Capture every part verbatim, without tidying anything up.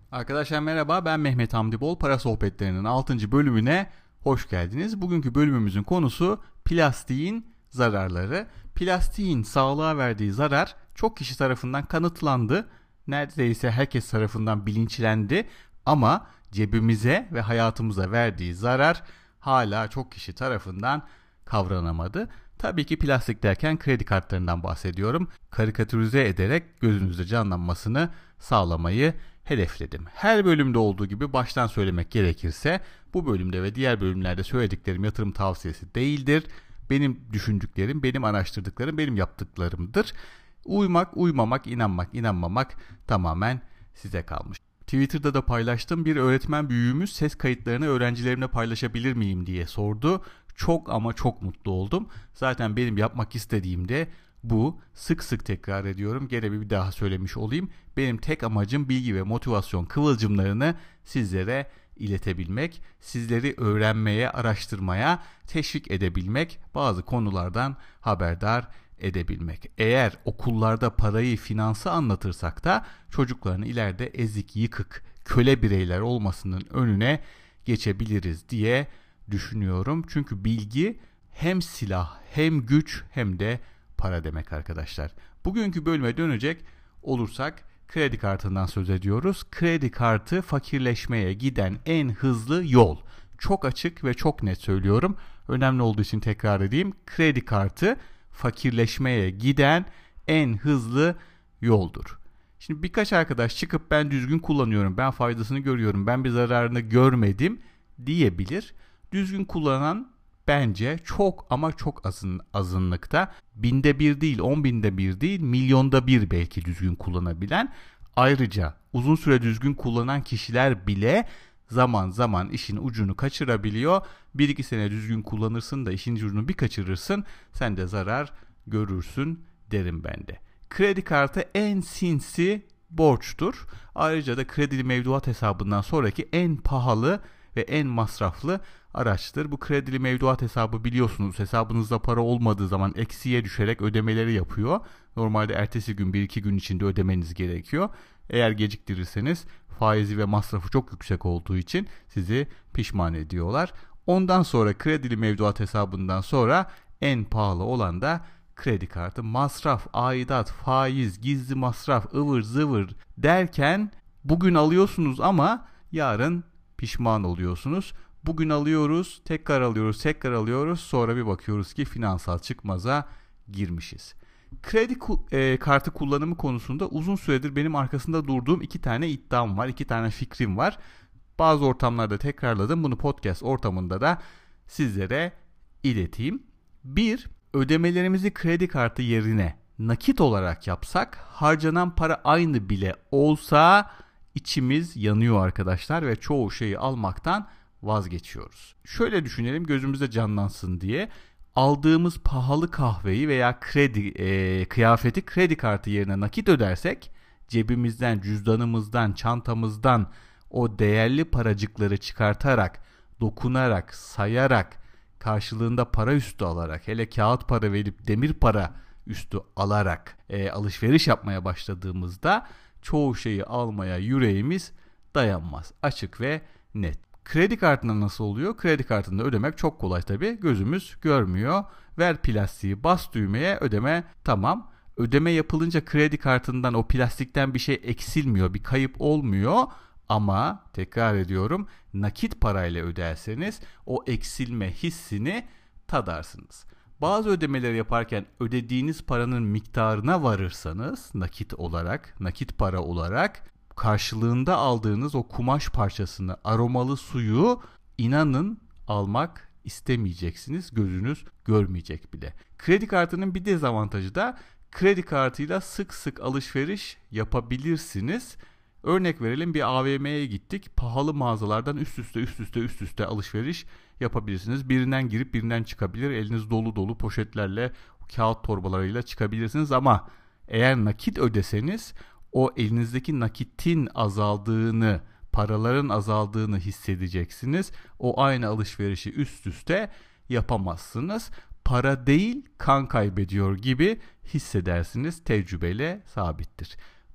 Arkadaşlar merhaba, ben Mehmet Hamdi Bol. Para Sohbetleri'nin altıncı bölümüne hoş geldiniz. Bugünkü bölümümüzün konusu plastiğin zararları. Plastiğin sağlığa verdiği zarar çok kişi tarafından kanıtlandı. Neredeyse herkes tarafından bilinçlendi. Ama cebimize ve hayatımıza verdiği zarar hala çok kişi tarafından kavranamadı. Tabii ki plastik derken kredi kartlarından bahsediyorum. Karikatürize ederek gözünüzde canlanmasını sağlamayı hedefledim. Her bölümde olduğu gibi baştan söylemek gerekirse bu bölümde ve diğer bölümlerde söylediklerim yatırım tavsiyesi değildir. Benim düşündüklerim, benim araştırdıklarım, benim yaptıklarımdır. Uymak, uymamak, inanmak, inanmamak tamamen size kalmış. Twitter'da da paylaştım. Bir öğretmen büyüğümüz ses kayıtlarını öğrencilerimle paylaşabilir miyim diye sordu. Çok ama çok mutlu oldum. Zaten benim yapmak istediğim de bu. Sık sık tekrar ediyorum. Gene bir daha söylemiş olayım. Benim tek amacım bilgi ve motivasyon kıvılcımlarını sizlere iletebilmek, sizleri öğrenmeye, araştırmaya teşvik edebilmek, bazı konulardan haberdar edebilmek. Eğer okullarda parayı, finansı anlatırsak da çocukların ileride ezik, yıkık, köle bireyler olmasının önüne geçebiliriz diye düşünüyorum. Çünkü bilgi hem silah, hem güç, hem de para demek arkadaşlar. Bugünkü bölüme dönecek olursak kredi kartından söz ediyoruz. Kredi kartı fakirleşmeye giden en hızlı yol. Çok açık ve çok net söylüyorum. Önemli olduğu için tekrar edeyim. Kredi kartı fakirleşmeye giden en hızlı yoldur. Şimdi birkaç arkadaş çıkıp ben düzgün kullanıyorum, ben faydasını görüyorum, ben bir zararını görmedim diyebilir. Düzgün kullanan bence çok ama çok azın, azınlıkta. Binde bir değil, on binde bir değil, milyonda bir belki düzgün kullanabilen. Ayrıca uzun süre düzgün kullanan kişiler bile zaman zaman işin ucunu kaçırabiliyor. Bir iki sene düzgün kullanırsın da işin ucunu bir kaçırırsın, sen de zarar görürsün derim ben de. Kredi kartı en sinsi borçtur. Ayrıca da kredili mevduat hesabından sonraki en pahalı ve en masraflı araçtır. Bu kredili mevduat hesabı biliyorsunuz hesabınızda para olmadığı zaman eksiye düşerek ödemeleri yapıyor. Normalde ertesi gün bir iki gün içinde ödemeniz gerekiyor. Eğer geciktirirseniz faizi ve masrafı çok yüksek olduğu için sizi pişman ediyorlar. Ondan sonra kredili mevduat hesabından sonra en pahalı olan da kredi kartı. Masraf, aidat, faiz, gizli masraf, ıvır zıvır derken bugün alıyorsunuz ama yarın pişman oluyorsunuz. Bugün alıyoruz, tekrar alıyoruz, tekrar alıyoruz. Sonra bir bakıyoruz ki finansal çıkmaza girmişiz. Kredi e, kartı kullanımı konusunda uzun süredir benim arkasında durduğum iki tane iddiam var, iki tane fikrim var. Bazı ortamlarda tekrarladım. Bunu podcast ortamında da sizlere ileteyim. Bir, ödemelerimizi kredi kartı yerine nakit olarak yapsak, harcanan para aynı bile olsa içimiz yanıyor arkadaşlar ve çoğu şeyi almaktan vazgeçiyoruz. Şöyle düşünelim, gözümüzde canlansın diye. Aldığımız pahalı kahveyi veya kredi e, kıyafeti kredi kartı yerine nakit ödersek, cebimizden, cüzdanımızdan, çantamızdan o değerli paracıkları çıkartarak, dokunarak, sayarak, karşılığında para üstü alarak, hele kağıt para verip demir para üstü alarak e, alışveriş yapmaya başladığımızda çoğu şeyi almaya yüreğimiz dayanmaz. Açık ve net. Kredi kartında nasıl oluyor? Kredi kartında ödemek çok kolay tabii. Gözümüz görmüyor. Ver plastiği, bas düğmeye, ödeme tamam. Ödeme yapılınca kredi kartından, o plastikten bir şey eksilmiyor, bir kayıp olmuyor. Ama tekrar ediyorum, nakit parayla öderseniz o eksilme hissini tadarsınız. Bazı ödemeleri yaparken ödediğiniz paranın miktarına varırsanız nakit olarak, nakit para olarak karşılığında aldığınız o kumaş parçasını, aromalı suyu inanın almak istemeyeceksiniz. Gözünüz görmeyecek bile. Kredi kartının bir dezavantajı da kredi kartıyla sık sık alışveriş yapabilirsiniz. Örnek verelim, bir A V M'ye gittik. Pahalı mağazalardan üst üste üst üste üst üste alışveriş yapabilirsiniz. Birinden girip birinden çıkabilir. Eliniz dolu dolu poşetlerle, kağıt torbalarıyla çıkabilirsiniz ama eğer nakit ödeseniz o elinizdeki nakitin azaldığını, paraların azaldığını hissedeceksiniz. O aynı alışverişi üst üste yapamazsınız. Para değil, kan kaybediyor gibi hissedersiniz. Tecrübeyle sabittir.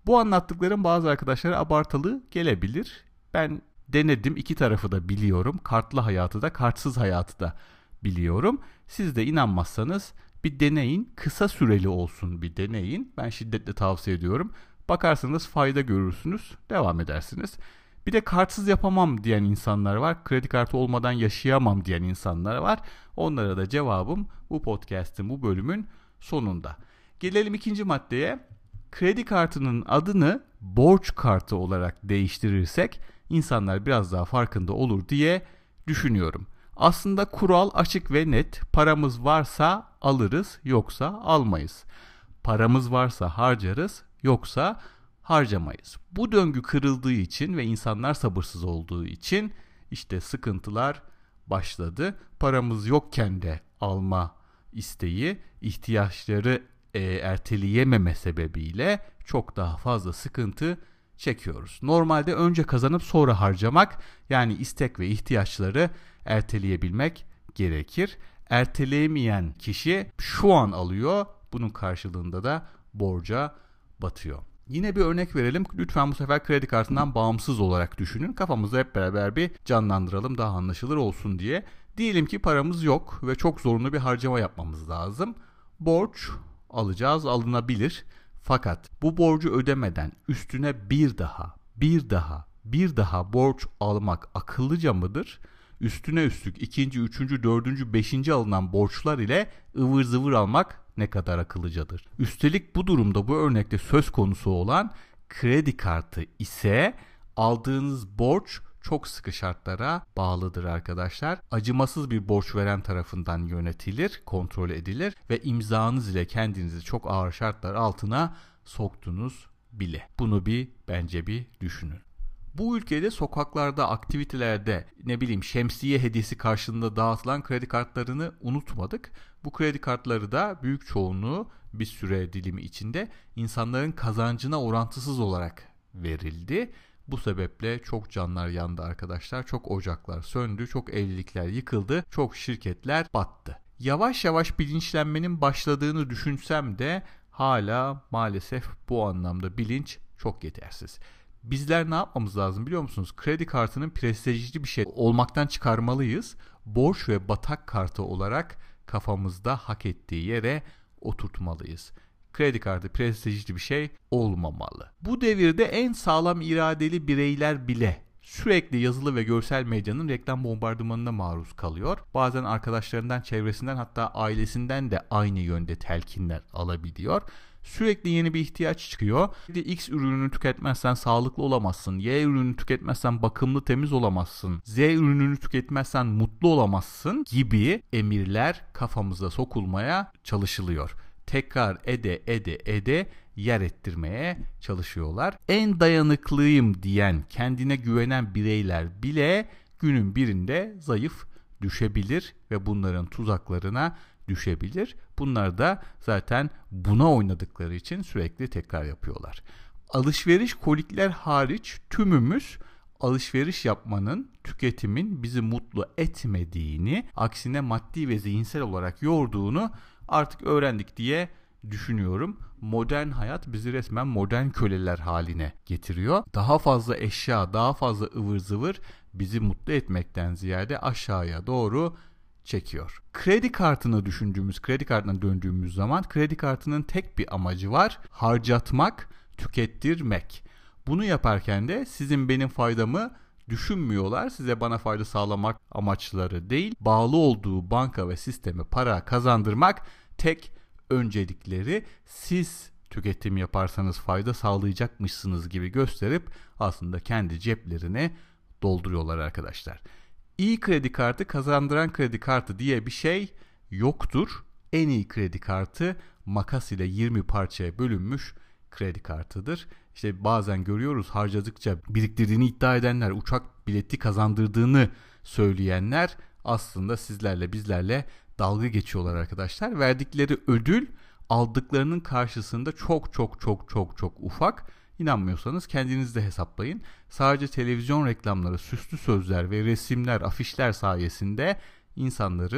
Bu anlattıklarım bazı arkadaşlara abartılı gelebilir. Ben denedim, iki tarafı da biliyorum. Kartlı hayatı da kartsız hayatı da biliyorum. Siz de inanmazsanız bir deneyin. Kısa süreli olsun bir deneyin. Ben şiddetle tavsiye ediyorum. Bakarsanız fayda görürsünüz. Devam edersiniz. Bir de kartsız yapamam diyen insanlar var. Kredi kartı olmadan yaşayamam diyen insanlar var. Onlara da cevabım bu podcast'in, bu bölümün sonunda. Gelelim ikinci maddeye. Kredi kartının adını borç kartı olarak değiştirirsek insanlar biraz daha farkında olur diye düşünüyorum. Aslında kural açık ve net. Paramız varsa alırız, yoksa almayız. Paramız varsa harcarız, yoksa harcamayız. Bu döngü kırıldığı için ve insanlar sabırsız olduğu için işte sıkıntılar başladı. Paramız yokken de alma isteği, ihtiyaçları e, erteleyememe sebebiyle çok daha fazla sıkıntı çekiyoruz. Normalde önce kazanıp sonra harcamak, yani istek ve ihtiyaçları erteleyebilmek gerekir. Erteleyemeyen kişi şu an alıyor, bunun karşılığında da borca batıyor. Yine bir örnek verelim. Lütfen bu sefer kredi kartından bağımsız olarak düşünün. Kafamızda hep beraber bir canlandıralım, daha anlaşılır olsun diye. Diyelim ki paramız yok ve çok zorunlu bir harcama yapmamız lazım. Borç alacağız, alınabilir. Fakat bu borcu ödemeden üstüne bir daha, bir daha, bir daha borç almak akıllıca mıdır? Üstüne üstlük ikinci, üçüncü, dördüncü, beşinci alınan borçlar ile ıvır zıvır almak ne kadar akıllıcadır? Üstelik bu durumda, bu örnekte söz konusu olan kredi kartı ise aldığınız borç çok sıkı şartlara bağlıdır arkadaşlar. Acımasız bir borç veren tarafından yönetilir, kontrol edilir ve imzanız ile kendinizi çok ağır şartlar altına soktunuz bile. Bunu bir bence bir düşünün. Bu ülkede sokaklarda, aktivitelerde, ne bileyim şemsiye hediyesi karşılığında dağıtılan kredi kartlarını unutmadık. Bu kredi kartları da büyük çoğunluğu bir süre dilimi içinde insanların kazancına orantısız olarak verildi. Bu sebeple çok canlar yandı arkadaşlar, çok ocaklar söndü, çok evlilikler yıkıldı, çok şirketler battı. Yavaş yavaş bilinçlenmenin başladığını düşünsem de hala maalesef bu anlamda bilinç çok yetersiz. Bizler ne yapmamız lazım biliyor musunuz? Kredi kartının prestijli bir şey olmaktan çıkarmalıyız. Borç ve batak kartı olarak kafamızda hak ettiği yere oturtmalıyız. Kredi kartı prestijli bir şey olmamalı. Bu devirde en sağlam iradeli bireyler bile sürekli yazılı ve görsel medyanın reklam bombardımanına maruz kalıyor. Bazen arkadaşlarından, çevresinden, hatta ailesinden de aynı yönde telkinler alabiliyor. Sürekli yeni bir ihtiyaç çıkıyor. X ürününü tüketmezsen sağlıklı olamazsın. Y ürününü tüketmezsen bakımlı, temiz olamazsın. Z ürününü tüketmezsen mutlu olamazsın gibi emirler kafamıza sokulmaya çalışılıyor. Tekrar ede ede ede yer ettirmeye çalışıyorlar. En dayanıklıyım diyen, kendine güvenen bireyler bile günün birinde zayıf düşebilir ve bunların tuzaklarına düşebilir. Bunlar da zaten buna oynadıkları için sürekli tekrar yapıyorlar. Alışveriş kolikler hariç tümümüz alışveriş yapmanın, tüketimin bizi mutlu etmediğini, aksine maddi ve zihinsel olarak yorduğunu artık öğrendik diye düşünüyorum. Modern hayat bizi resmen modern köleler haline getiriyor. Daha fazla eşya, daha fazla ıvır zıvır bizi mutlu etmekten ziyade aşağıya doğru çekiyor. Kredi kartını düşündüğümüz, kredi kartına döndüğümüz zaman kredi kartının tek bir amacı var: harcatmak, tükettirmek. Bunu yaparken de sizin benim faydamı düşünmüyorlar. Size bana fayda sağlamak amaçları değil, bağlı olduğu banka ve sisteme para kazandırmak tek öncelikleri. Siz tüketim yaparsanız fayda sağlayacakmışsınız gibi gösterip aslında kendi ceplerini dolduruyorlar arkadaşlar. İyi kredi kartı kazandıran kredi kartı diye bir şey yoktur. En iyi kredi kartı makas ile yirmi parçaya bölünmüş kredi kartıdır. İşte bazen görüyoruz, harcadıkça biriktirdiğini iddia edenler, uçak bileti kazandırdığını söyleyenler aslında sizlerle bizlerle dalga geçiyorlar arkadaşlar. Verdikleri ödül aldıklarının karşısında çok çok çok çok çok ufak. İnanmıyorsanız kendiniz de hesaplayın. Sadece televizyon reklamları, süslü sözler ve resimler, afişler sayesinde insanların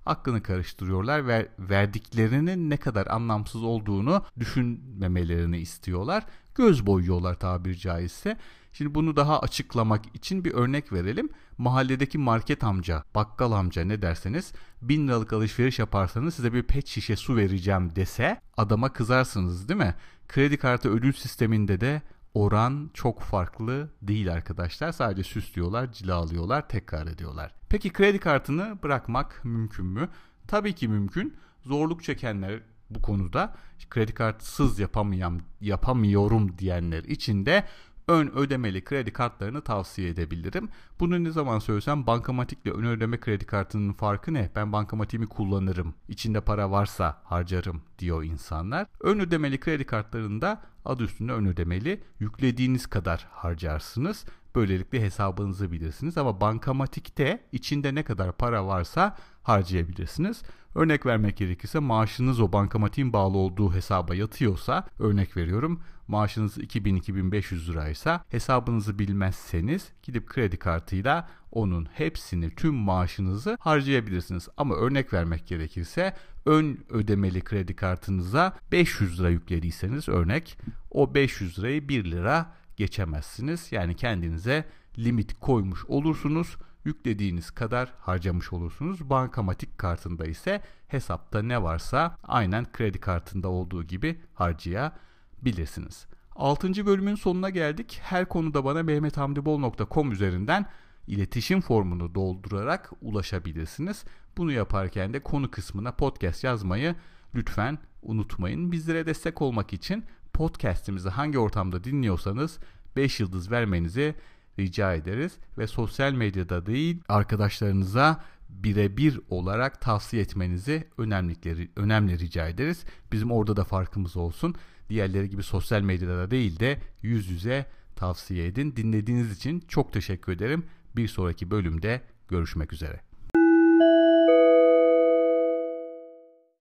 aklını karıştırıyorlar ve verdiklerinin ne kadar anlamsız olduğunu düşünmemelerini istiyorlar. Göz boyuyorlar tabiri caizse. Şimdi bunu daha açıklamak için bir örnek verelim. Mahalledeki market amca, bakkal amca ne derseniz bin liralık alışveriş yaparsanız size bir pet şişe su vereceğim dese adama kızarsınız değil mi? Kredi kartı ödül sisteminde de oran çok farklı değil arkadaşlar. Sadece süslüyorlar, cilalıyorlar, tekrar ediyorlar. Peki kredi kartını bırakmak mümkün mü? Tabii ki mümkün. Zorluk çekenler bu konuda, kredi kartsız yapamayan, yapamıyorum diyenler için de ön ödemeli kredi kartlarını tavsiye edebilirim. Bunu ne zaman söylesem bankamatikle ön ödeme kredi kartının farkı ne? Ben bankamatiğimi kullanırım, İçinde para varsa harcarım diyor insanlar. Ön ödemeli kredi kartlarında adı üstünde ön ödemeli, yüklediğiniz kadar harcarsınız. Böylelikle hesabınızı bilirsiniz ama bankamatikte içinde ne kadar para varsa harcayabilirsiniz. Örnek vermek gerekirse maaşınız o bankamatiğin bağlı olduğu hesaba yatıyorsa, örnek veriyorum, maaşınız iki bin iki bin beş yüz liraysa hesabınızı bilmezseniz gidip kredi kartıyla onun hepsini, tüm maaşınızı harcayabilirsiniz. Ama örnek vermek gerekirse ön ödemeli kredi kartınıza beş yüz lira yüklediyseniz örnek, o beş yüz lirayı bir lira geçemezsiniz. Yani kendinize limit koymuş olursunuz. Yüklediğiniz kadar harcamış olursunuz. Bankamatik kartında ise hesapta ne varsa aynen kredi kartında olduğu gibi harcayabilirsiniz. altıncı bölümün sonuna geldik. Her konuda bana mehmet hamdi bol nokta com üzerinden iletişim formunu doldurarak ulaşabilirsiniz. Bunu yaparken de konu kısmına podcast yazmayı lütfen unutmayın. Bizlere destek olmak için podcast'imizi hangi ortamda dinliyorsanız beş yıldız vermenizi rica ederiz ve sosyal medyada değil arkadaşlarınıza birebir olarak tavsiye etmenizi önemli, önemli rica ederiz. Bizim orada da farkımız olsun. Diğerleri gibi sosyal medyada değil de yüz yüze tavsiye edin. Dinlediğiniz için çok teşekkür ederim. Bir sonraki bölümde görüşmek üzere.